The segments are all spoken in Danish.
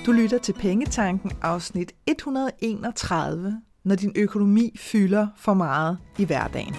Du lytter til Pengetanken afsnit 131, når din økonomi fylder for meget i hverdagen.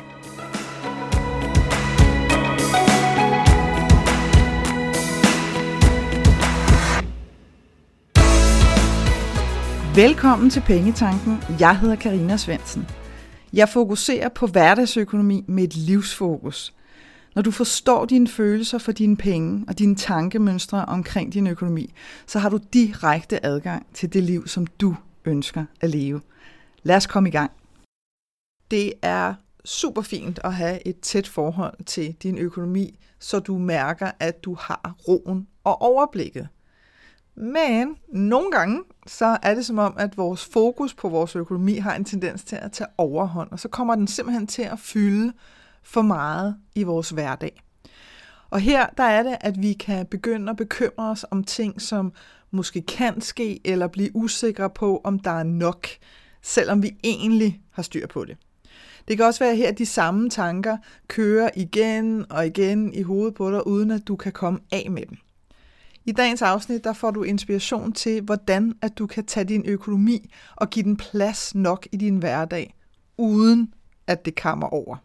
Velkommen til Pengetanken. Jeg hedder Karina Svendsen. Jeg fokuserer på hverdagsøkonomi med et livsfokus. Når du forstår dine følelser for dine penge og dine tankemønstre omkring din økonomi, så har du direkte adgang til det liv, som du ønsker at leve. Lad os komme i gang. Det er super fint at have et tæt forhold til din økonomi, så du mærker, at du har roen og overblikket. Men nogle gange, så er det som om, at vores fokus på vores økonomi har en tendens til at tage overhånd, og så kommer den simpelthen til at fylde for meget i vores hverdag. Og her der er det, at vi kan begynde at bekymre os om ting, som måske kan ske, eller blive usikre på, om der er nok, selvom vi egentlig har styr på det. Det kan også være her, at de samme tanker kører igen og igen i hovedet på dig, uden at du kan komme af med dem. I dagens afsnit der får du inspiration til, hvordan at du kan tage din økonomi og give den plads nok i din hverdag, uden at det kammer over.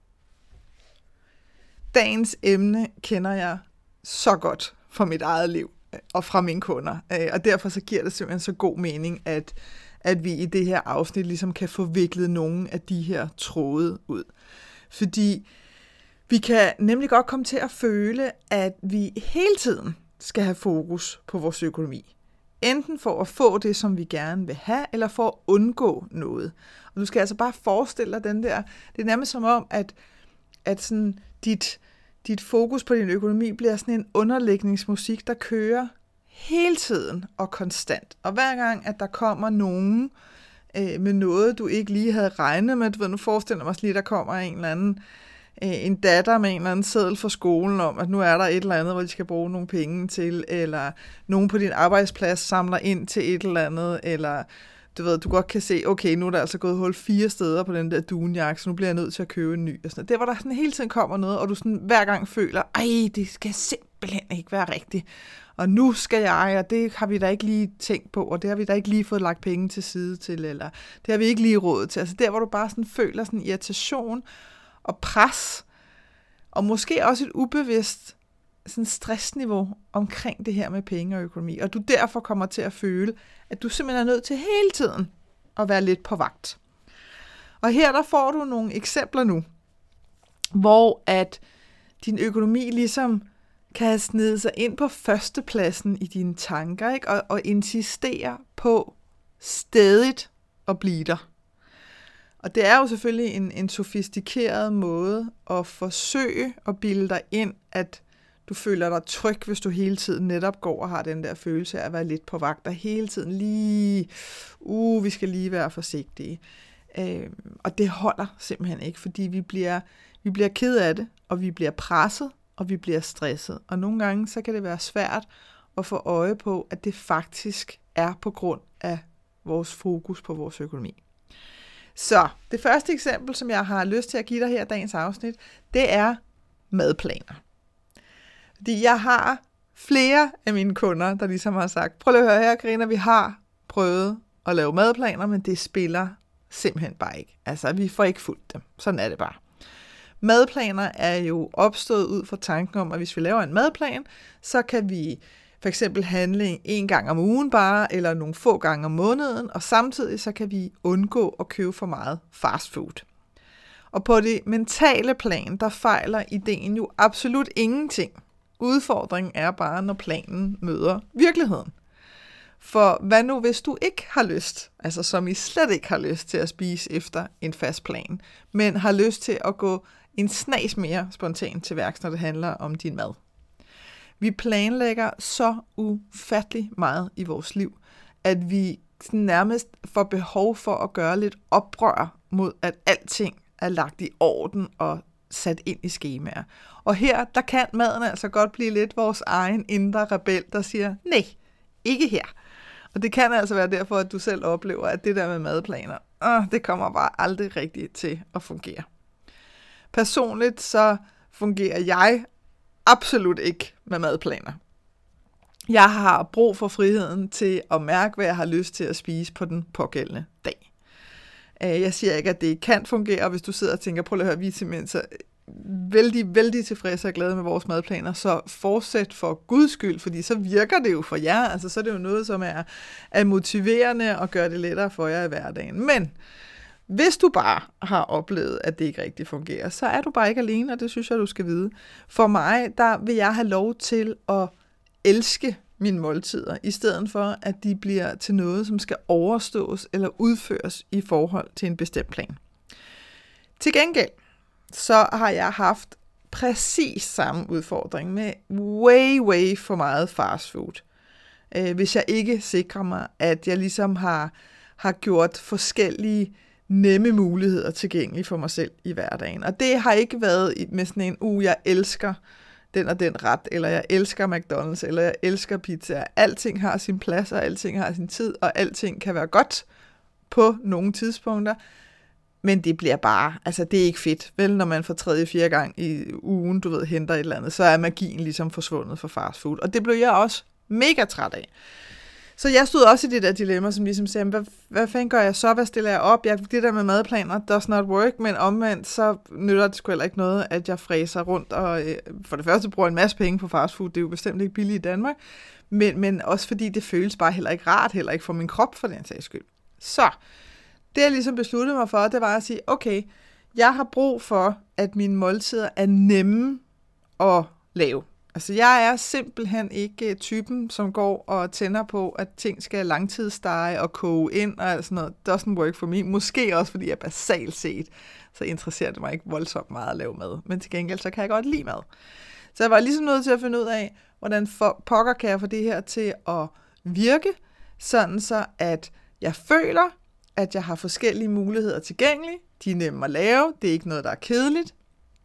Dagens emne kender jeg så godt fra mit eget liv og fra mine kunder, og derfor så giver det simpelthen så god mening, at vi i det her afsnit ligesom kan få viklet nogle af de her tråde ud. Fordi vi kan nemlig godt komme til at føle, at vi hele tiden skal have fokus på vores økonomi. Enten for at få det, som vi gerne vil have, eller for at undgå noget. Og du skal altså bare forestille dig den der, det er nærmest som om, at sådan dit fokus på din økonomi bliver sådan en underlægningsmusik, der kører hele tiden og konstant. Og hver gang, at der kommer nogen med noget, du ikke lige havde regnet med, du ved, nu forestiller mig lige, der kommer en eller anden, en datter med en eller anden seddel fra skolen om, at nu er der et eller andet, hvor de skal bruge nogle penge til, eller nogen på din arbejdsplads samler ind til et eller andet, eller du ved, du godt kan se, okay, nu er der altså gået hul 4 steder på den der dunjakke, så nu bliver jeg nødt til at købe en ny. Og sådan. Det var der sådan hele tiden kommer noget, og du sådan hver gang føler, det skal simpelthen ikke være rigtigt. Og nu skal jeg, og det har vi da ikke lige tænkt på, og det har vi da ikke lige fået lagt penge til side til, eller det har vi ikke lige råd til. Altså der, hvor du bare sådan føler sådan irritation og pres, og måske også et ubevidst sådan stressniveau omkring det her med penge og økonomi. Og du derfor kommer til at føle, at du simpelthen er nødt til hele tiden at være lidt på vagt. Og her der får du nogle eksempler nu, hvor at din økonomi ligesom kan have snedet sig ind på førstepladsen i dine tanker, ikke? Og insistere på stædigt at blive der. Og det er jo selvfølgelig en sofistikeret måde at forsøge at bilde dig ind, at du føler dig tryg, hvis du hele tiden netop går og har den der følelse af at være lidt på vagt, og hele tiden lige, vi skal lige være forsigtige. Og det holder simpelthen ikke, fordi vi bliver ked af det, og vi bliver presset, og vi bliver stresset. Og nogle gange, så kan det være svært at få øje på, at det faktisk er på grund af vores fokus på vores økonomi. Så det første eksempel, som jeg har lyst til at give dig her i dagens afsnit, det er madplaner. Fordi jeg har flere af mine kunder, der ligesom har sagt, prøv lige at høre her, Karina, vi har prøvet at lave madplaner, men det spiller simpelthen bare ikke. Altså, vi får ikke fulgt dem. Sådan er det bare. Madplaner er jo opstået ud fra tanken om, at hvis vi laver en madplan, så kan vi for eksempel handle 1 gang om ugen bare, eller nogle få gange om måneden, og samtidig så kan vi undgå at købe for meget fast food. Og på det mentale plan, der fejler ideen jo absolut ingenting. Udfordringen er bare, når planen møder virkeligheden. For hvad nu, hvis du ikke har lyst, altså som I slet ikke har lyst til at spise efter en fast plan, men har lyst til at gå en snas mere spontant til værks, når det handler om din mad. Vi planlægger så ufattelig meget i vores liv, at vi nærmest får behov for at gøre lidt oprør mod, at alting er lagt i orden og sat ind i skemaer. Og her, der kan maden altså godt blive lidt vores egen indre rebel, der siger, nej, ikke her. Og det kan altså være derfor, at du selv oplever, at det der med madplaner, det kommer bare aldrig rigtigt til at fungere. Personligt så fungerer jeg absolut ikke med madplaner. Jeg har brug for friheden til at mærke, hvad jeg har lyst til at spise på den pågældende dag. Jeg siger ikke, at det ikke kan fungere, og hvis du sidder og tænker, prøv at høre, vi er simpelthen så vældig tilfredse og glade med vores madplaner, så fortsæt for Guds skyld, fordi så virker det jo for jer, altså så er det jo noget, som er motiverende og gør det lettere for jer i hverdagen. Men hvis du bare har oplevet, at det ikke rigtig fungerer, så er du bare ikke alene, og det synes jeg, du skal vide. For mig, der vil jeg have lov til at elske mine måltider, i stedet for, at de bliver til noget, som skal overstås eller udføres i forhold til en bestemt plan. Til gengæld, så har jeg haft præcis samme udfordring med way for meget fast food. Hvis jeg ikke sikrer mig, at jeg ligesom har gjort forskellige nemme muligheder tilgængelige for mig selv i hverdagen. Og det har ikke været med sådan en, jeg elsker den og den ret, eller jeg elsker McDonald's, eller jeg elsker pizza. Alting har sin plads, og alting har sin tid, og alting kan være godt på nogle tidspunkter. Men det bliver bare, altså det er ikke fedt, vel, når man for 3.-4. gang i ugen, henter et eller andet, så er magien ligesom forsvundet for fast food. Og det blev jeg også mega træt af. Så jeg stod også i det der dilemma, som ligesom sagde, hvad fanden gør jeg så? Hvad stiller jeg op? Det der med madplaner does not work, men omvendt, så nytter det sgu heller ikke noget, at jeg fræser rundt, og for det første bruger en masse penge på fast food, det er jo bestemt ikke billigt i Danmark, men også fordi det føles bare heller ikke rart, heller ikke for min krop, for den sags skyld. Så det jeg ligesom besluttede mig for, det var at sige, okay, jeg har brug for, at mine måltider er nemme at lave. Altså jeg er simpelthen ikke typen, som går og tænder på, at ting skal langtidsstege og koge ind og alt sådan noget. Doesn't work for me. Måske også, fordi jeg basalt set, så interesserer det mig ikke voldsomt meget at lave mad. Men til gengæld, så kan jeg godt lide mad. Så jeg var ligesom nødt til at finde ud af, hvordan pokker kan jeg få det her til at virke, sådan så at jeg føler, at jeg har forskellige muligheder tilgængelige. De er nemme at lave. Det er ikke noget, der er kedeligt.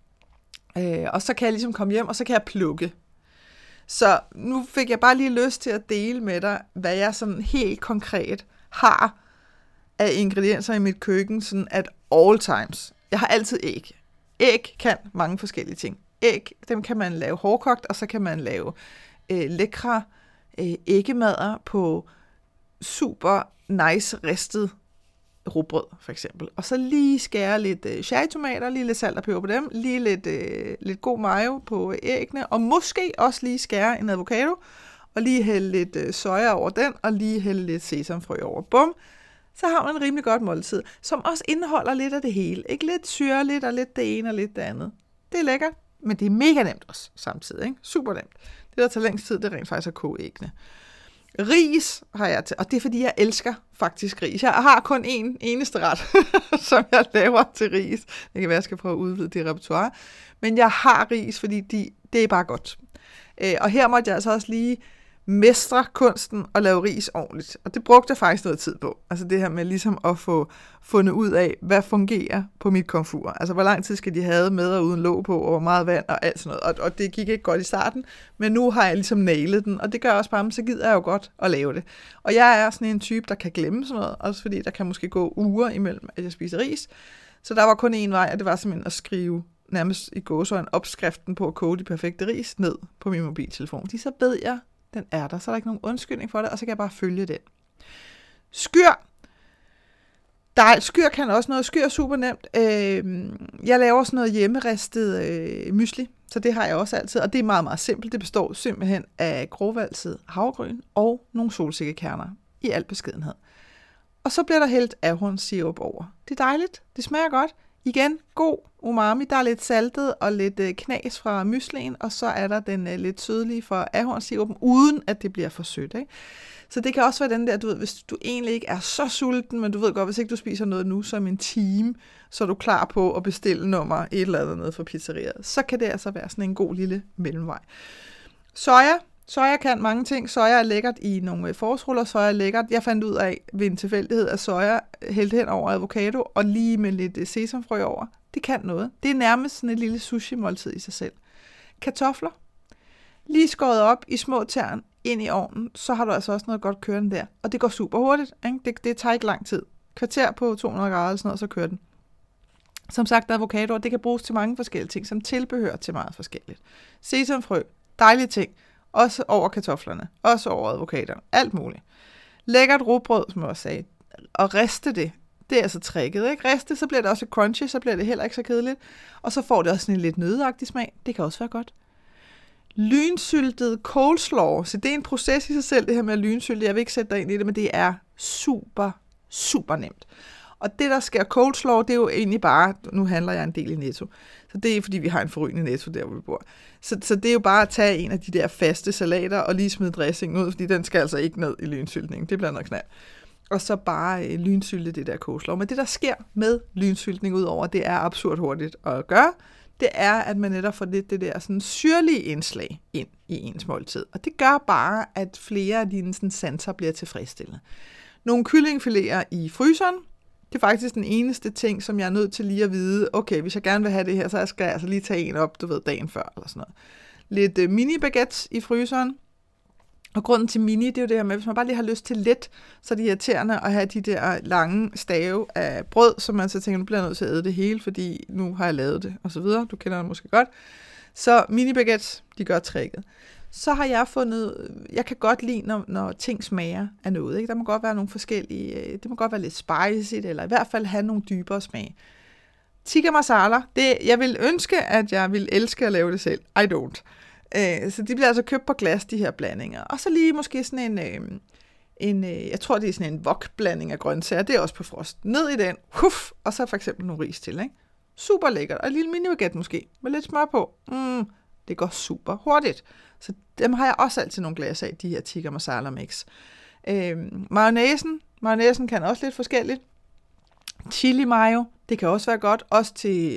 Og så kan jeg ligesom komme hjem, og så kan jeg plukke. Så nu fik jeg bare lige lyst til at dele med dig, hvad jeg sådan helt konkret har af ingredienser i mit køkken, sådan at all times. Jeg har altid æg. Æg kan mange forskellige ting. Æg, dem kan man lave hårdkogt, og så kan man lave lækre æggemadder på super nice ristet rugbrød, for eksempel. Og så lige skære lidt cherrytomater, lige lidt salt og peber på dem, lige lidt god mayo på æggene, og måske også lige skære en avocado, og lige hælde lidt soja over den, og lige hælde lidt sesamfrø over. Bum! Så har man en rimelig godt måltid, som også indeholder lidt af det hele. Ikke lidt syrligt, og lidt det ene og lidt det andet. Det er lækkert, men det er mega nemt også samtidig. Ikke? Super nemt. Det, der tager længst tid, det er rent faktisk at koge æggene. Ris har jeg til, og det er fordi, jeg elsker faktisk ris. Jeg har kun en eneste ret, som jeg laver til ris. Det kan være, jeg skal prøve at udvide det repertoire. Men jeg har ris, fordi det er bare godt. Og her måtte jeg altså også lige mestre kunsten og lave ris ordentligt. Og det brugte jeg faktisk noget tid på. Altså det her med ligesom at få fundet ud af, hvad fungerer på mit komfur. Altså hvor lang tid skal de have med og uden låg på, og hvor meget vand og alt sådan noget. Og det gik ikke godt i starten, men nu har jeg ligesom nailet den. Og det gør også bare, så gider jeg jo godt at lave det. Og jeg er sådan en type, der kan glemme sådan noget. Også fordi der kan måske gå uger imellem, at jeg spiser ris. Så der var kun én vej, og det var simpelthen at skrive nærmest i gåseøjne opskriften på at koge de perfekte ris ned på min mobiltelefon. Fordi så ved jeg, den er der, så er der ikke nogen undskyldning for det, og så kan jeg bare følge den. Skyr. Skyr kan også noget. Skyr er super nemt. Jeg laver sådan noget hjemmeristet mysli, så det har jeg også altid, og det er meget, meget simpelt. Det består simpelthen af grovvalset havregryn og nogle solsikkekerner i al beskedenhed. Og så bliver der hældt ahornsirup over. Det er dejligt. Det smager godt. Igen, god umami. Der er lidt saltet og lidt knas fra myslien, og så er der den lidt sødlige fra ahornsirupen, uden at det bliver for sødt. Ikke? Så det kan også være den der, du ved, hvis du egentlig ikke er så sulten, men du ved godt, hvis ikke du spiser noget nu, så om en time, så er du klar på at bestille nummer et eller andet ned fra pizzeriet. Så kan det altså være sådan en god lille mellemvej. Soja kan mange ting. Soja er lækkert i nogle forårsruller. Soja er lækkert. Jeg fandt ud af ved en tilfældighed, at soja hældt hen over avocado og lige med lidt sesamfrø over. Det kan noget. Det er nærmest sådan et lille sushi-måltid i sig selv. Kartofler. Lige skåret op i små tern ind i ovnen, så har du altså også noget godt kørende der. Og det går super hurtigt. Ikke? Det tager ikke lang tid. Kvarter på 200 grader, sådan noget, så kører den. Som sagt, avocadoer, det kan bruges til mange forskellige ting, som tilbehør til meget forskelligt. Sesamfrø, dejlige ting. Også over kartoflerne, også over avocaderne, alt muligt. Lækkert rugbrød, som jeg også sagde, og riste det. Det er altså tricket, ikke? Riste, så bliver det også crunchy, så bliver det heller ikke så kedeligt. Og så får det også sådan en lidt nøddeagtig smag. Det kan også være godt. Lynsyltet coleslaw. Så det er en proces i sig selv, det her med at lynsylte. Jeg vil ikke sætte dig ind i det, men det er super, super nemt. Og det, der sker coleslaw, det er jo egentlig bare, nu handler jeg en del i Netto, så det er fordi, vi har en forrygende Netto der, hvor vi bor. Så det er jo bare at tage en af de der faste salater og lige smide dressingen ud, fordi den skal altså ikke ned i lynsyltningen. Det bliver noget knald. Og så bare lynsylte det der coleslaw. Men det, der sker med lynsyltning udover, det er absurd hurtigt at gøre, det er, at man netop får lidt det der sådan syrlige indslag ind i ens måltid. Og det gør bare, at flere af dine sådan, sanser bliver tilfredsstillet. Nogle kyllingfiléer i fryseren, det er faktisk den eneste ting, som jeg er nødt til lige at vide, okay, hvis jeg gerne vil have det her, så skal jeg altså lige tage en op, du ved, dagen før, eller sådan noget. Lidt mini-baguettes i fryseren. Og grunden til mini, det er jo det her med, hvis man bare lige har lyst til lidt, så er det irriterende at have de der lange stave af brød, som man så tænker, nu bliver jeg nødt til at æde det hele, fordi nu har jeg lavet det, og så videre. Du kender det måske godt. Så mini-baguettes, de gør tricket. Så har jeg fundet, jeg kan godt lide, når ting smager af noget. Ikke? Der må godt være nogle forskellige, det må godt være lidt spicy, eller i hvert fald have nogle dybere smag. Tikka masala, jeg vil ønske, at jeg vil elske at lave det selv. I don't. Så de bliver altså købt på glas, de her blandinger. Og så lige måske sådan jeg tror det er sådan en wok-blanding af grøntsager, det er også på frost. Ned i den, og så for eksempel nogle ris til, ikke? Super lækkert. Og en lille mini-baguette måske, med lidt smør på. Det går super hurtigt. Så dem har jeg også altid nogle glas af, de her tikka masala mix. Mayonnaisen kan også lidt forskelligt. Chili mayo, det kan også være godt. Også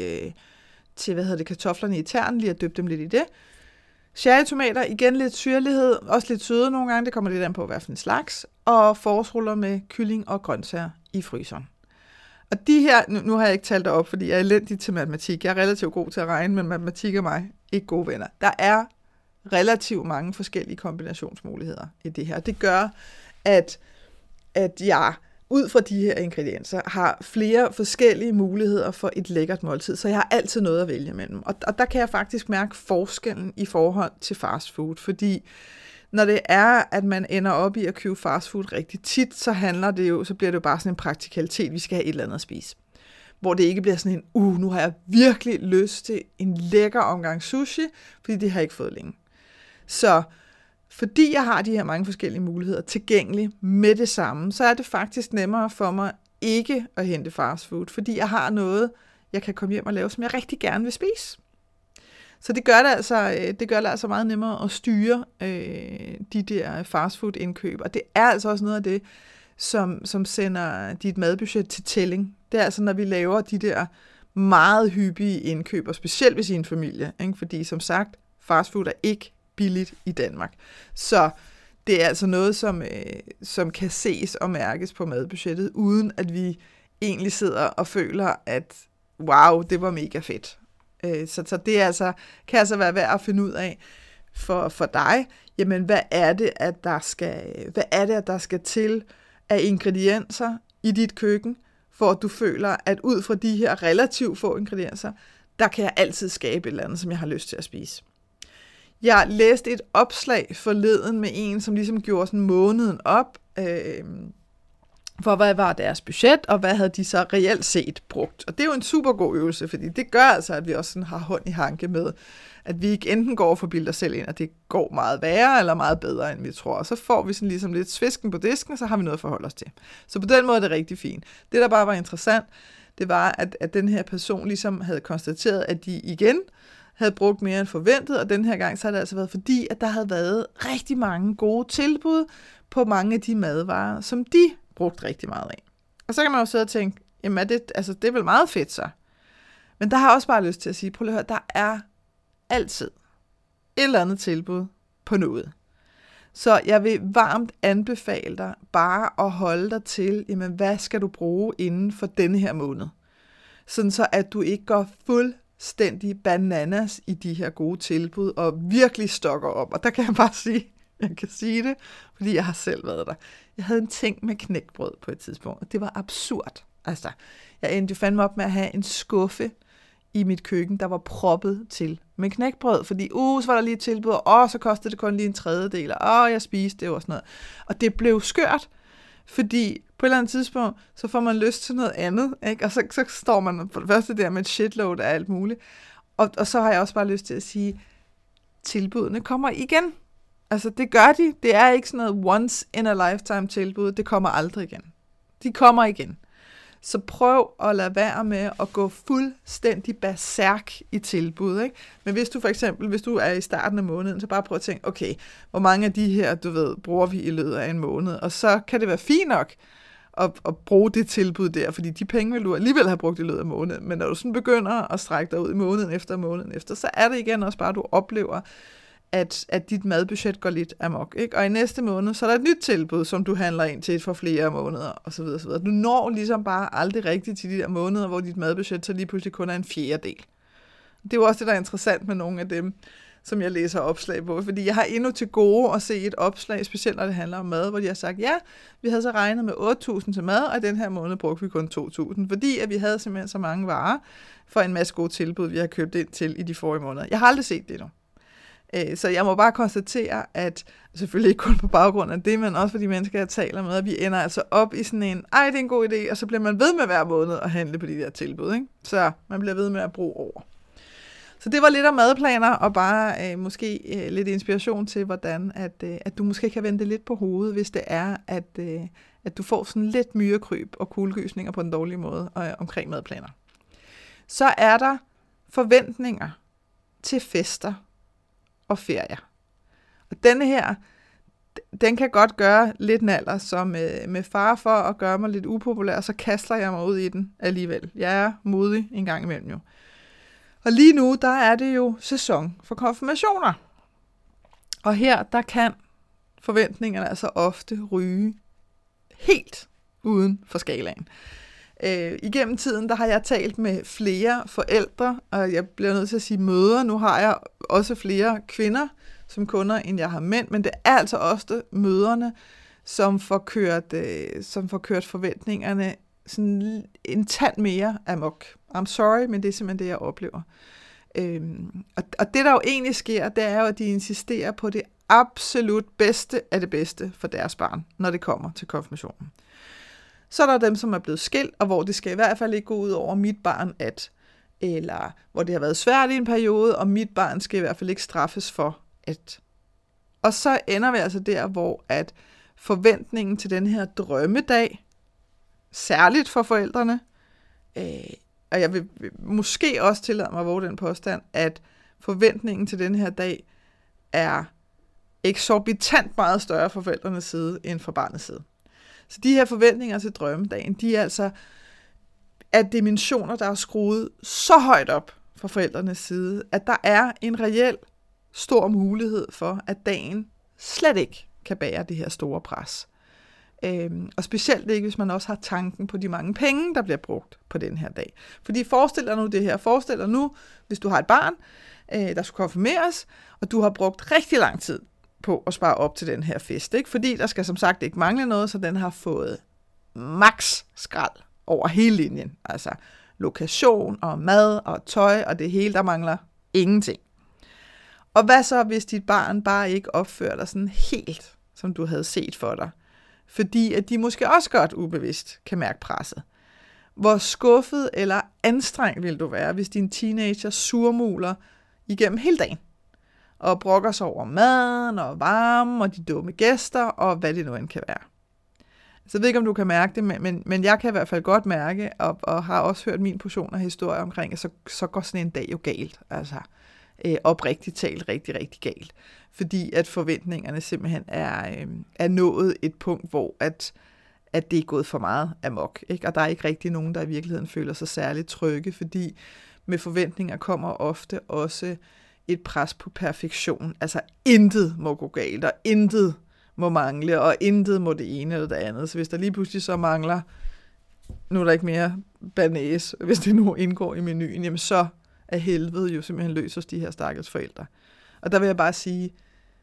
til kartoflerne i tern, lige at dyppe dem lidt i det. Cherrytomater, igen lidt syrlighed, også lidt søde nogle gange, det kommer lidt an på, hvad for en slags. Og forårsruller med kylling og grøntsager i fryseren. Og de her, nu har jeg ikke talt det op, fordi jeg er elendig til matematik. Jeg er relativt god til at regne, men matematik og mig ikke gode venner. Der er relativt mange forskellige kombinationsmuligheder i det her. Det gør, at jeg ud fra de her ingredienser har flere forskellige muligheder for et lækkert måltid, så jeg har altid noget at vælge mellem. Og der kan jeg faktisk mærke forskellen i forhold til fast food, fordi når det er, at man ender op i at købe fast food rigtig tit, så bliver det jo bare sådan en praktikalitet, vi skal have et eller andet at spise. Hvor det ikke bliver sådan en, nu har jeg virkelig lyst til en lækker omgang sushi, fordi det har jeg ikke fået længe. Så fordi jeg har de her mange forskellige muligheder tilgængelige med det samme, så er det faktisk nemmere for mig ikke at hente fast food, fordi jeg har noget, jeg kan komme hjem og lave, som jeg rigtig gerne vil spise. Så det gør det altså meget nemmere at styre de der fast food indkøb, og det er altså også noget af det, som sender dit madbudget til tælling. Det er altså, når vi laver de der meget hyppige indkøb, og specielt hvis I er en familie, ikke? Fordi som sagt, fast food er ikke billigt i Danmark. Så det er altså noget, som kan ses og mærkes på madbudgettet, uden at vi egentlig sidder og føler, at wow, det var mega fedt. Så det altså, kan altså være værd at finde ud af for dig, jamen hvad er det, at der skal til af ingredienser i dit køkken, for at du føler, at ud fra de her relativt få ingredienser, der kan jeg altid skabe et eller andet, som jeg har lyst til at spise. Jeg læste et opslag forleden med en, som ligesom gjorde sådan måneden op, for hvad var deres budget, og hvad havde de så reelt set brugt. Og det er jo en super god øvelse, fordi det gør altså, at vi også sådan har hånd i hanke med, at vi ikke enten går og forbilder os selv ind, at det går meget værre eller meget bedre, end vi tror. Og så får vi sådan ligesom lidt svisken på disken, og så har vi noget at forholde os til. Så på den måde er det rigtig fint. Det, der bare var interessant, det var, at den her person ligesom havde konstateret, at de igen havde brugt mere end forventet, og den her gang så har det altså været fordi, at der havde været rigtig mange gode tilbud på mange af de madvarer, som de brugte rigtig meget af. Og så kan man jo sidde og tænke, jamen det er vel meget fedt så. Men der har jeg også bare lyst til at sige, prøv at høre, der er altid et eller andet tilbud på noget. Så jeg vil varmt anbefale dig bare at holde dig til, jamen hvad skal du bruge inden for denne her måned? Sådan så at du ikke går fuldstændig bananas i de her gode tilbud og virkelig stokker op. Og der kan jeg bare sige, jeg kan sige det, fordi jeg har selv været der. Jeg havde en ting med knækbrød på et tidspunkt, og det var absurd. Altså, jeg endte fandme op med at have en skuffe i mit køkken, der var proppet til med knækbrød, fordi så var der lige et tilbud, og så kostede det kun lige en tredjedel, og jeg spiste det og sådan noget. Og det blev skørt, fordi på et eller andet tidspunkt, så får man lyst til noget andet, ikke? Og så står man for det første der med et shitload af alt muligt. Og så har jeg også bare lyst til at sige, tilbudene kommer igen. Altså det gør de. Det er ikke sådan noget once in a lifetime tilbud. Det kommer aldrig igen. De kommer igen. Så prøv at lade være med at gå fuldstændig berserk i tilbud, ikke? Men hvis du for eksempel, hvis du er i starten af måneden, så bare prøv at tænke, okay, hvor mange af de her, bruger vi i løbet af en måned? Og så kan det være fint nok at bruge det tilbud der, fordi de penge vil du alligevel have brugt i løbet af måneden. Men når du sådan begynder at strække dig ud i måneden efter, så er det igen også bare, at du oplever, at dit madbudget går lidt amok, ikke? Og i næste måned, så er der et nyt tilbud, som du handler ind til for flere måneder, osv. osv. Du når ligesom bare aldrig rigtigt til de der måneder, hvor dit madbudget så lige pludselig kun er en fjerdedel. Det er jo også det, der er interessant med nogle af dem, som jeg læser opslag på, fordi jeg har endnu til gode at se et opslag, specielt når det handler om mad, hvor de har sagt, ja, vi havde så regnet med 8.000 til mad, og i den her måned brugte vi kun 2.000, fordi at vi havde simpelthen så mange varer for en masse gode tilbud, vi har købt ind til i de forrige måneder. Jeg har aldrig set det endnu. Så jeg må bare konstatere, at selvfølgelig ikke kun på baggrund af det, men også for de mennesker, jeg taler med, at vi ender altså op i sådan en, det er en god idé, og så bliver man ved med hver måned at handle på de der tilbud, ikke? Så man bliver ved med at bruge over. Så det var lidt om madplaner, og bare måske lidt inspiration til, hvordan at du måske kan vende lidt på hovedet, hvis det er, at du får sådan lidt myrekryb og kuldegysninger på den dårlige måde omkring madplaner. Så er der forventninger til fester og ferier. Og denne her, den kan godt gøre lidt naller, så med fare for at gøre mig lidt upopulær, så kaster jeg mig ud i den alligevel. Jeg er modig en gang imellem jo. Og lige nu, der er det jo sæson for konfirmationer. Og her, der kan forventningerne altså ofte ryge helt uden for skalaen. Igennem tiden, der har jeg talt med flere forældre, og jeg bliver nødt til at sige mødre. Nu har jeg også flere kvinder som kunder, end jeg har mænd, men det er altså ofte mødrene, som får kørt forventningerne sådan en tand mere amok. I'm sorry, men det er simpelthen det, jeg oplever. Og det, der jo egentlig sker, det er jo, at de insisterer på det absolut bedste af det bedste for deres barn, når det kommer til konfirmationen. Så er der dem, som er blevet skilt, og hvor det skal i hvert fald ikke gå ud over mit barn eller hvor det har været svært i en periode, og mit barn skal i hvert fald ikke straffes for at. Og så ender vi altså der, hvor at forventningen til den her drømmedag, særligt for forældrene, og jeg vil måske også tillade mig at våge den påstand, at forventningen til den her dag er eksorbitant meget større fra forældrenes side, end fra barnets side. Så de her forventninger til drømmedagen, de er altså af dimensioner, der er skruet så højt op fra forældrenes side, at der er en reel stor mulighed for, at dagen slet ikke kan bære det her store pres. Og specielt ikke, hvis man også har tanken på de mange penge, der bliver brugt på den her dag. Fordi forestil dig nu det her. Forestil dig nu, hvis du har et barn, der skal konfirmeres, og du har brugt rigtig lang tid på at spare op til den her fest. Ikke? Fordi der skal som sagt ikke mangle noget, så den har fået max skrald over hele linjen. Altså lokation og mad og tøj og det hele, der mangler ingenting. Og hvad så, hvis dit barn bare ikke opfører dig sådan helt, som du havde set for dig? Fordi at de måske også godt ubevidst kan mærke presset. Hvor skuffet eller anstrengt vil du være, hvis din teenager surmuler igennem hele dagen? Og brokker sig over maden og varmen og de dumme gæster og hvad det nu end kan være. Så jeg ved ikke, om du kan mærke det, men jeg kan i hvert fald godt mærke, og har også hørt min portion af historier omkring, at så går sådan en dag jo galt. Altså oprigtigt talt rigtig, rigtig galt. Fordi at forventningerne simpelthen er nået et punkt, hvor at det er gået for meget amok. Ikke? Og der er ikke rigtig nogen, der i virkeligheden føler sig særligt trygge, fordi med forventninger kommer ofte også et pres på perfektion. Altså intet må gå galt, og intet må mangle, og intet må det ene eller det andet. Så hvis der lige pludselig så mangler, nu er der ikke mere banæs, hvis det nu indgår i menuen, jamen så er helvede jo simpelthen løs hos de her stakkels forældre. Og der vil jeg bare sige,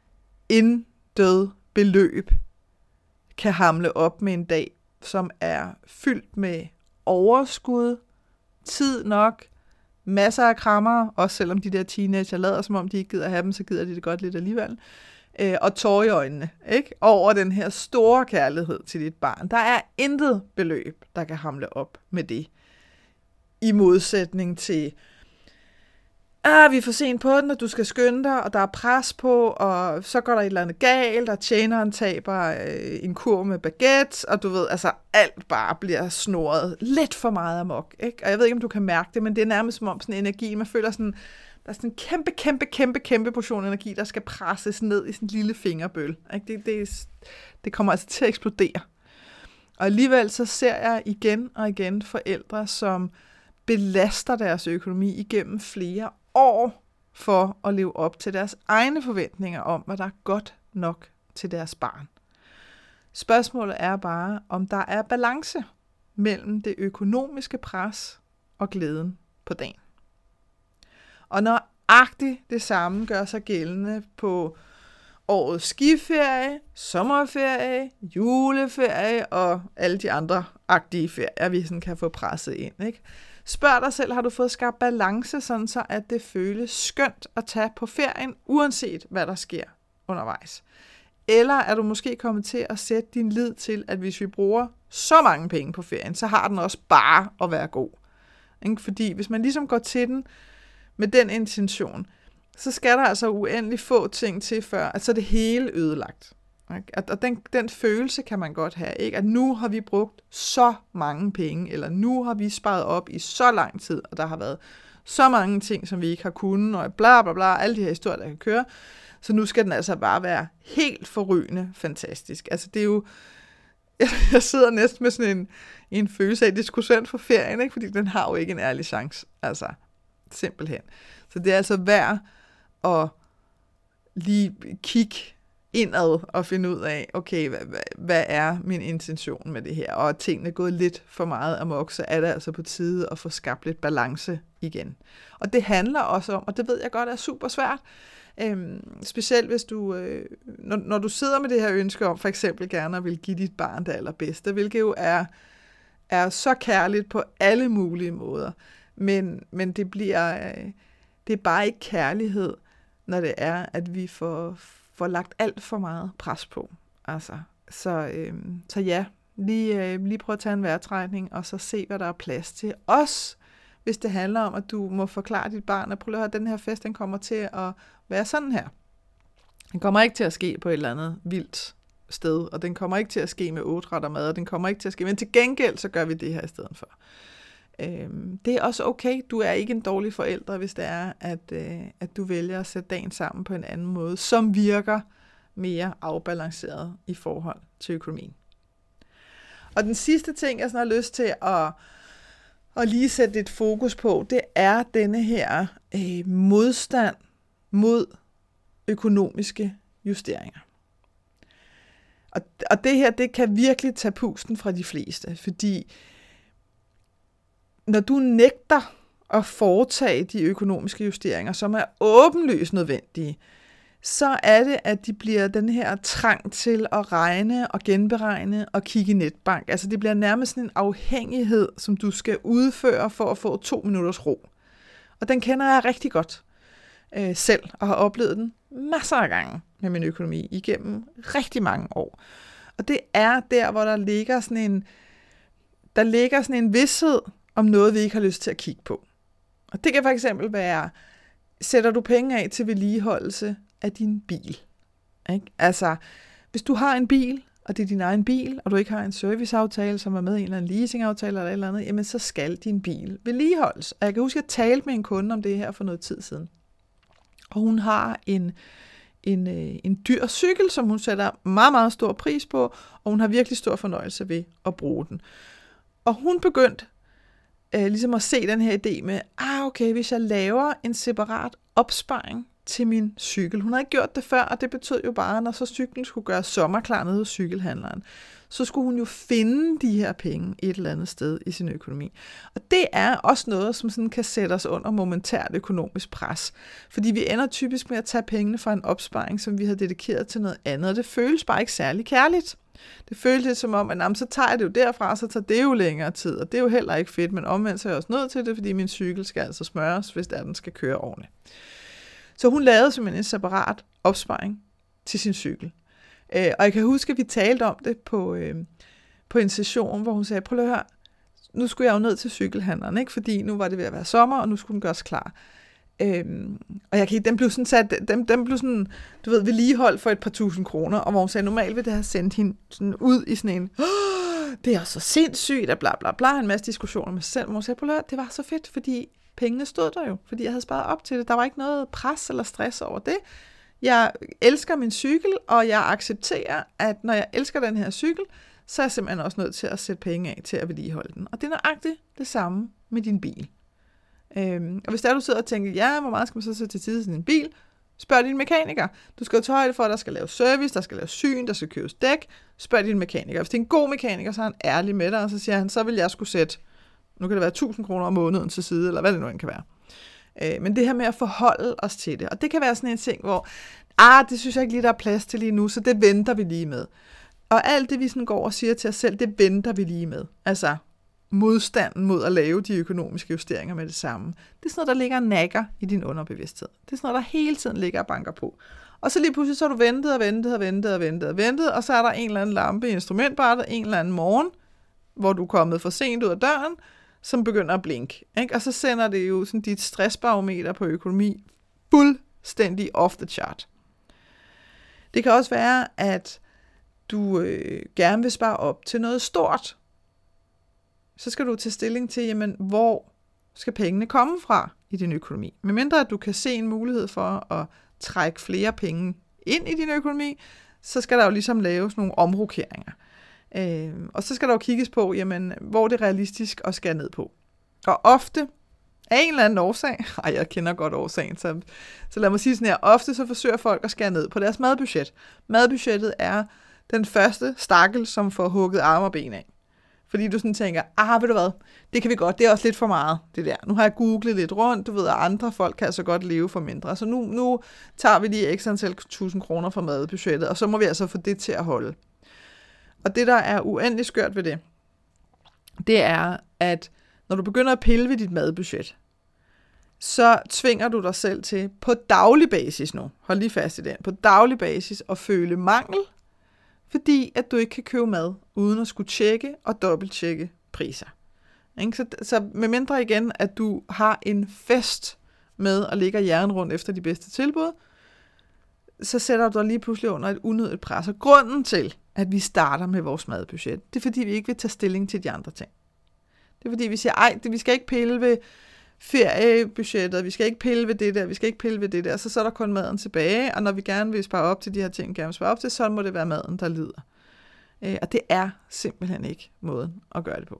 intet beløb kan hamle op med en dag, som er fyldt med overskud, tid nok, masser af krammer, også selvom de der teenager lader, som om de ikke gider have dem, så gider de det godt lidt alligevel. Og tårer i øjnene, ikke? Over den her store kærlighed til dit barn. Der er intet beløb, der kan hamle op med det. I modsætning til, vi er for sent på den, og du skal skynde dig, og der er pres på, og så går der et eller andet galt, og tjeneren taber en kurv med baguette, og du ved, altså alt bare bliver snoret lidt for meget amok, ikke? Og jeg ved ikke, om du kan mærke det, men det er nærmest som om sådan energi, man føler sådan, der er sådan en kæmpe portion energi, der skal presses ned i sådan en lille fingerbøl, ikke? Det kommer altså til at eksplodere. Og alligevel så ser jeg igen og igen forældre, som belaster deres økonomi igennem flere år for at leve op til deres egne forventninger om, hvad der er godt nok til deres barn. Spørgsmålet er bare, om der er balance mellem det økonomiske pres og glæden på dagen. Og nøjagtigt det samme gør sig gældende på årets skiferie, sommerferie, juleferie og alle de andre agtige ferier, vi sådan kan få presset ind, ikke? Spørg dig selv, har du fået skabt balance, sådan så at det føles skønt at tage på ferien, uanset hvad der sker undervejs? Eller er du måske kommet til at sætte din lid til, at hvis vi bruger så mange penge på ferien, så har den også bare at være god. Ikke? Fordi hvis man ligesom går til den med den intention, så skal der altså uendelig få ting til før, at så er det hele ødelagt. Og den følelse kan man godt have, ikke? At nu har vi brugt så mange penge, eller nu har vi sparet op i så lang tid, og der har været så mange ting, som vi ikke har kunnet, og bla bla bla, alle de her historier, der kan køre. Så nu skal den altså bare være helt forrygende fantastisk. Altså det er jo, jeg sidder næsten med sådan en følelse af, at det skulle sendt for ferien, ikke? Fordi den har jo ikke en ærlig chance. Altså simpelthen. Så det er altså værd at lige kigge indad og finde ud af, okay, hvad er min intention med det her? Og at tingene er gået lidt for meget amok, så er det altså på tide at få skabt lidt balance igen. Og det handler også om, og det ved jeg godt er super svært, specielt hvis du, når du sidder med det her ønske om, for eksempel gerne at vil give dit barn det allerbedste, hvilket jo er så kærligt på alle mulige måder, men det er bare ikke kærlighed, når det er, at vi får lagt alt for meget pres på. Altså, så ja, lige prøv at tage en vejrtrækning, og så se, hvad der er plads til. Også hvis det handler om, at du må forklare dit barn, at prøv at høre, den her fest, den kommer til at være sådan her. Den kommer ikke til at ske på et eller andet vildt sted, og den kommer ikke til at ske med 8 retter mad, og den kommer ikke til at ske, men til gengæld, så gør vi det her i stedet for. Det er også okay. Du er ikke en dårlig forælder, hvis det er, at du vælger at sætte dagen sammen på en anden måde, som virker mere afbalanceret i forhold til økonomien. Og den sidste ting, jeg sådan har lyst til at lige sætte lidt fokus på, det er denne her modstand mod økonomiske justeringer. Og det her, det kan virkelig tage pusten fra de fleste, fordi når du nægter at foretage de økonomiske justeringer, som er åbenlyst nødvendige, så er det, at de bliver den her trang til at regne og genberegne og kigge i netbank. Altså det bliver nærmest sådan en afhængighed, som du skal udføre for at få 2 minutters ro. Og den kender jeg rigtig godt selv, og har oplevet den masser af gange med min økonomi igennem rigtig mange år. Og det er der, hvor der ligger sådan en vished om noget, vi ikke har lyst til at kigge på. Og det kan for eksempel være, sætter du penge af til vedligeholdelse af din bil? Ikke? Altså, hvis du har en bil, og det er din egen bil, og du ikke har en serviceaftale, som er med i en eller anden leasingaftale eller et eller andet, jamen så skal din bil vedligeholdes. Og jeg kan huske, at jeg talte med en kunde om det her for noget tid siden. Og hun har en dyr cykel, som hun sætter meget, meget stor pris på, og hun har virkelig stor fornøjelse ved at bruge den. Og hun begyndte ligesom at se den her idé med, okay, hvis jeg laver en separat opsparing til min cykel. Hun havde ikke gjort det før, og det betød jo bare, når så cyklen skulle gøre sommerklar nede hos cykelhandleren, så skulle hun jo finde de her penge et eller andet sted i sin økonomi. Og det er også noget, som sådan kan sætte os under momentært økonomisk pres. Fordi vi ender typisk med at tage pengene fra en opsparing, som vi har dedikeret til noget andet, og det føles bare ikke særlig kærligt. Det føles lidt som om, at så tager jeg det jo derfra, så tager det jo længere tid, og det er jo heller ikke fedt, men omvendt så er jeg også nødt til det, fordi min cykel skal altså smøres, hvis den skal køre ordentligt. Så hun lavede simpelthen en separat opsparing til sin cykel. Og jeg kan huske, at vi talte om det på en session, hvor hun sagde, prøv at høre, nu skulle jeg jo ned til cykelhandleren, ikke? Fordi nu var det ved at være sommer, og nu skulle den gøres klar. Og den blev sådan sat, den blev sådan, du ved, vedligeholdt for et par tusind kroner, og hvor hun sagde, normalt ville det have sendt hende sådan ud i sådan en, det er så sindssygt, og bla bla bla, en masse diskussioner med sig selv, hvor hun sagde, prøv at høre, det var så fedt, fordi pengene stod der jo, fordi jeg havde sparet op til det. Der var ikke noget pres eller stress over det. Jeg elsker min cykel, og jeg accepterer, at når jeg elsker den her cykel, så er jeg simpelthen også nødt til at sætte penge af til at vedligeholde den. Og det er nøjagtigt det samme med din bil. Og hvis der du sidder og tænker, ja, hvor meget skal man så sætte til tid i sin bil? Spørg din mekaniker. Du skal jo tage højde for, at der skal laves service, der skal laves syn, der skal købes dæk. Spørg din mekaniker. Hvis det er en god mekaniker, så er han ærlig med dig, og så siger han, så vil jeg skulle sætte, nu kan det være 1.000 kroner om måneden til side, eller hvad det nu end kan være. Men det her med at forholde os til det, og det kan være sådan en ting, hvor, det synes jeg ikke lige, der er plads til lige nu, så det venter vi lige med. Og alt det, vi sådan går og siger til os selv, det venter vi lige med. Altså modstanden mod at lave de økonomiske justeringer med det samme. Det er sådan noget, der ligger og nakker i din underbevidsthed. Det er sådan noget, der hele tiden ligger og banker på. Og så lige pludselig, så har du ventet, og så er der en eller anden lampe i instrumentbrættet en eller anden morgen, hvor du er kommet for sent ud af døren, som begynder at blinke. Ikke? Og så sender det jo sådan dit stressbarometer på økonomi fuldstændig off the chart. Det kan også være, at du gerne vil spare op til noget stort. Så skal du tage stilling til, jamen, hvor skal pengene komme fra i din økonomi. Medmindre at du kan se en mulighed for at trække flere penge ind i din økonomi, så skal der jo ligesom laves nogle omrokeringer. Og så skal der jo kigges på, jamen, hvor det er realistisk at skære ned på. Og ofte, af en eller anden årsag, jeg kender godt årsagen, så lad mig sige sådan her, ofte så forsøger folk at skære ned på deres madbudget. Madbudgettet er den første stakkel, som får hugget arme og ben af. Fordi du sådan tænker, ved du hvad, det kan vi godt, det er også lidt for meget, det der. Nu har jeg googlet lidt rundt, du ved, at andre folk kan altså godt leve for mindre. Så nu tager vi lige ekstra antal 1.000 kroner fra madbudgettet, og så må vi altså få det til at holde. Og det, der er uendeligt skørt ved det er, at når du begynder at pille ved dit madbudget, så tvinger du dig selv til på daglig basis nu, hold lige fast i det, på daglig basis at føle mangel, fordi at du ikke kan købe mad, uden at skulle tjekke og dobbelttjekke priser. Så med mindre igen, at du har en fest med at ligge hjernen rundt efter de bedste tilbud, så sætter du dig lige pludselig under et unødigt pres. Og grunden til, at vi starter med vores madbudget, det er fordi, vi ikke vil tage stilling til de andre ting. Det er fordi, vi siger, vi skal ikke pille ved feriebudgettet, vi skal ikke pille ved det der, vi skal ikke pille ved det der, så er der kun maden tilbage, og når vi gerne vil spare op til de her ting, gerne vil spare op til, så må det være maden, der lider. Og det er simpelthen ikke måden at gøre det på.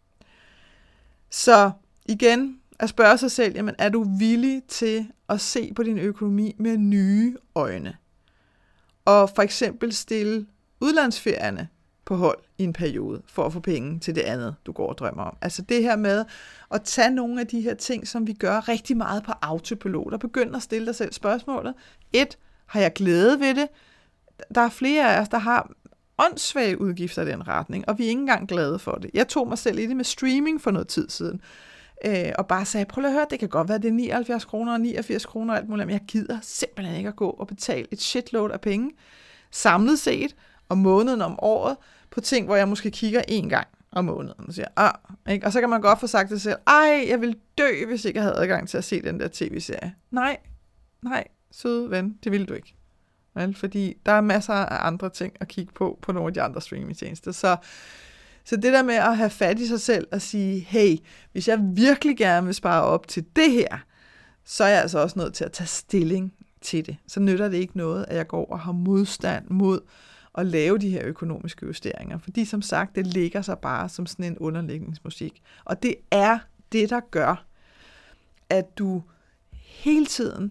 Så igen, at spørge sig selv, jamen, er du villig til at se på din økonomi med nye øjne? Og for eksempel stille udlandsferierne på hold i en periode, for at få penge til det andet, du går og drømmer om. Altså det her med at tage nogle af de her ting, som vi gør rigtig meget på autopilot, og begynde at stille dig selv spørgsmålet. 1. Har jeg glæde ved det? Der er flere af os, der har åndssvage udgifter i den retning, og vi er ikke engang glade for det. Jeg tog mig selv i det med streaming for noget tid siden, og bare sagde, prøv at høre, det kan godt være, det er 79 kroner og 89 kroner og alt muligt, men jeg gider simpelthen ikke at gå og betale et shitload af penge, samlet set, om måneden, om året, på ting, hvor jeg måske kigger en gang om måneden og siger, ikke? Og så kan man godt få sagt til sig selv, jeg vil dø, hvis ikke jeg havde adgang til at se den der tv-serie. Nej, søde ven, det vil du ikke. Vel? Fordi der er masser af andre ting at kigge på nogle af de andre streamingtjenester. Så det der med at have fat i sig selv og sige, hey, hvis jeg virkelig gerne vil spare op til det her, så er jeg altså også nødt til at tage stilling til det. Så nytter det ikke noget, at jeg går og har modstand mod at lave de her økonomiske justeringer. Fordi som sagt, det ligger sig bare som sådan en underlægningsmusik. Og det er det, der gør, at du hele tiden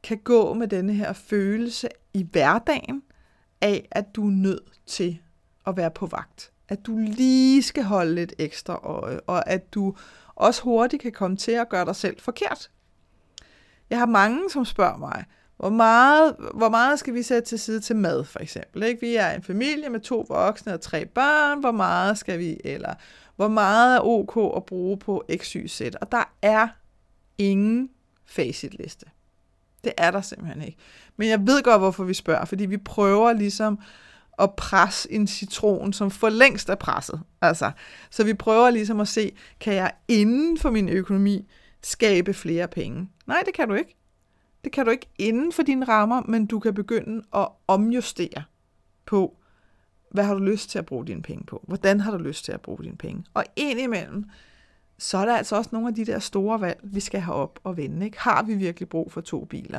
kan gå med denne her følelse i hverdagen af, at du er nødt til at være på vagt. At du lige skal holde lidt ekstra øje, og at du også hurtigt kan komme til at gøre dig selv forkert. Jeg har mange, som spørger mig, hvor meget skal vi sætte til side til mad, for eksempel? Ikke? Vi er en familie med 2 voksne og 3 børn. Hvor meget skal vi, eller hvor meget er ok at bruge på x, y, z? Og der er ingen facitliste. Det er der simpelthen ikke. Men jeg ved godt, hvorfor vi spørger, fordi vi prøver ligesom at presse en citron, som for længst er presset. Altså, så vi prøver ligesom at se, kan jeg inden for min økonomi skabe flere penge? Nej, det kan du ikke. Det kan du ikke inden for dine rammer, men du kan begynde at omjustere på, hvad har du lyst til at bruge dine penge på? Hvordan har du lyst til at bruge dine penge? Og indimellem, så er der altså også nogle af de der store valg, vi skal have op og vende. Ikke? Har vi virkelig brug for 2 biler?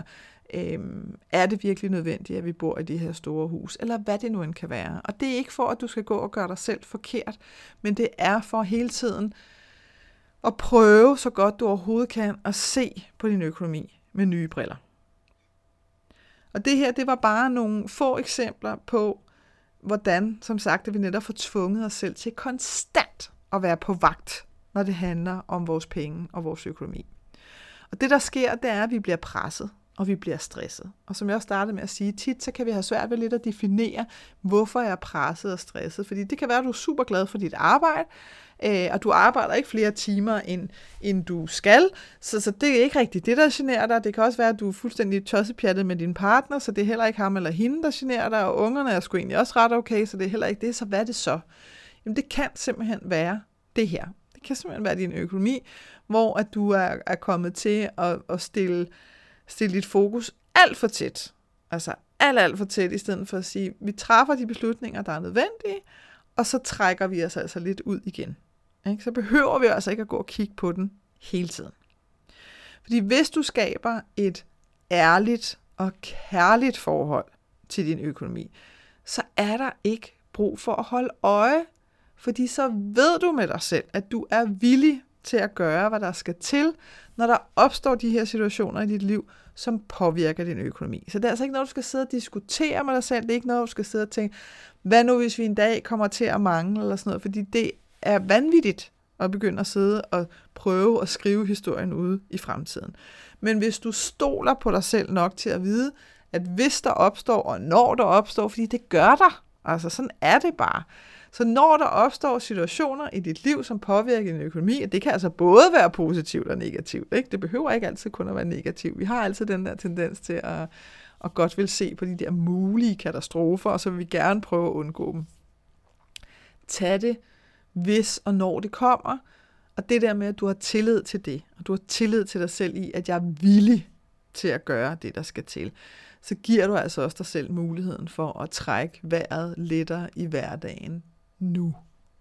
Er det virkelig nødvendigt, at vi bor i det her store hus? Eller hvad det nu end kan være. Og det er ikke for, at du skal gå og gøre dig selv forkert, men det er for hele tiden at prøve så godt du overhovedet kan at se på din økonomi med nye briller. Og det her, det var bare nogle få eksempler på, hvordan, som sagt, at vi netop får tvunget os selv til konstant at være på vagt, når det handler om vores penge og vores økonomi. Og det, der sker, det er, at vi bliver presset, og vi bliver stresset. Og som jeg også startede med at sige, tit så kan vi have svært ved lidt at definere, hvorfor jeg er presset og stresset. Fordi det kan være, at du er super glad for dit arbejde, og du arbejder ikke flere timer, end du skal. Så det er ikke rigtigt det, der generer dig. Det kan også være, at du er fuldstændig tossepjattet med din partner, så det er heller ikke ham eller hende, der generer dig. Og ungerne er sgu egentlig også ret okay, så det er heller ikke det. Så hvad er det så? Jamen det kan simpelthen være det her. Det kan simpelthen være din økonomi, hvor at du er kommet til at stille dit fokus alt for tæt. Altså alt for tæt, i stedet for at sige, vi træffer de beslutninger, der er nødvendige, og så trækker vi os altså lidt ud igen. Ikke? Så behøver vi altså ikke at gå og kigge på den hele tiden. Fordi hvis du skaber et ærligt og kærligt forhold til din økonomi, så er der ikke brug for at holde øje, fordi så ved du med dig selv, at du er villig til at gøre, hvad der skal til, når der opstår de her situationer i dit liv, som påvirker din økonomi. Så det er altså ikke noget, du skal sidde og diskutere med dig selv. Det er ikke noget, du skal sidde og tænke, hvad nu hvis vi en dag kommer til at mangle, eller sådan noget, fordi det er vanvittigt at begynde at sidde og prøve at skrive historien ude i fremtiden. Men hvis du stoler på dig selv nok til at vide, at hvis der opstår, og når der opstår, fordi det gør der, altså sådan er det bare. Så når der opstår situationer i dit liv, som påvirker din økonomi, og det kan altså både være positivt og negativt, ikke? Det behøver ikke altid kun at være negativt. Vi har altid den der tendens til at godt vil se på de der mulige katastrofer, og så vil vi gerne prøve at undgå dem. Tag det, hvis og når det kommer, og det der med, at du har tillid til det, og du har tillid til dig selv i, at jeg er villig til at gøre det, der skal til, så giver du altså også dig selv muligheden for at trække vejret lettere i hverdagen nu.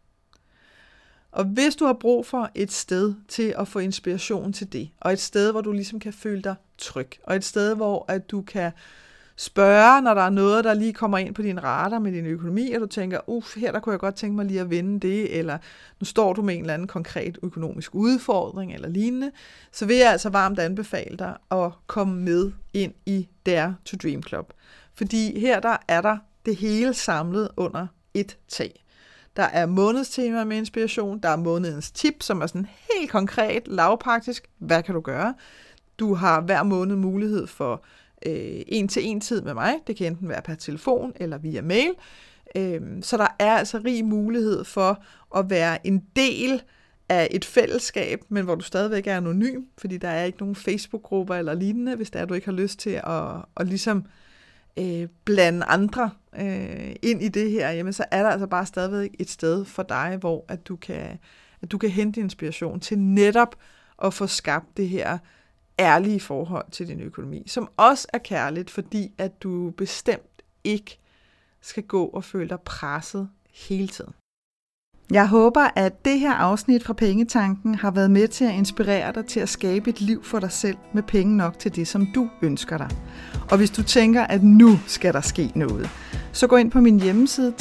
Og hvis du har brug for et sted til at få inspiration til det, og et sted, hvor du ligesom kan føle dig tryg, og et sted, hvor at du kan spørge, når der er noget, der lige kommer ind på din radar med din økonomi, og du tænker, her der kunne jeg godt tænke mig lige at vende det, eller nu står du med en eller anden konkret økonomisk udfordring, eller lignende, så vil jeg altså varmt anbefale dig at komme med ind i Dare to Dream Club. Fordi her der er der det hele samlet under et tag. Der er månedstema med inspiration, der er månedens tip, som er sådan helt konkret, lavpraktisk, hvad kan du gøre? Du har hver måned mulighed for 1-til-1 tid med mig. Det kan enten være per telefon eller via mail. Så der er altså rig mulighed for at være en del af et fællesskab, men hvor du stadigvæk er anonym, fordi der er ikke nogen Facebook-grupper eller lignende, hvis du ikke har lyst til at ligesom blande andre ind i det her, jamen så er der altså bare stadigvæk et sted for dig, hvor at du kan hente inspiration til netop at få skabt det her ærlige forhold til din økonomi, som også er kærligt, fordi at du bestemt ikke skal gå og føle dig presset hele tiden. Jeg håber, at det her afsnit fra Pengetanken har været med til at inspirere dig til at skabe et liv for dig selv med penge nok til det, som du ønsker dig. Og hvis du tænker, at nu skal der ske noget, så gå ind på min hjemmeside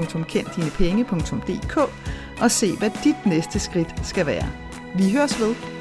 www.kenddinepenge.dk og se, hvad dit næste skridt skal være. Vi høres ved.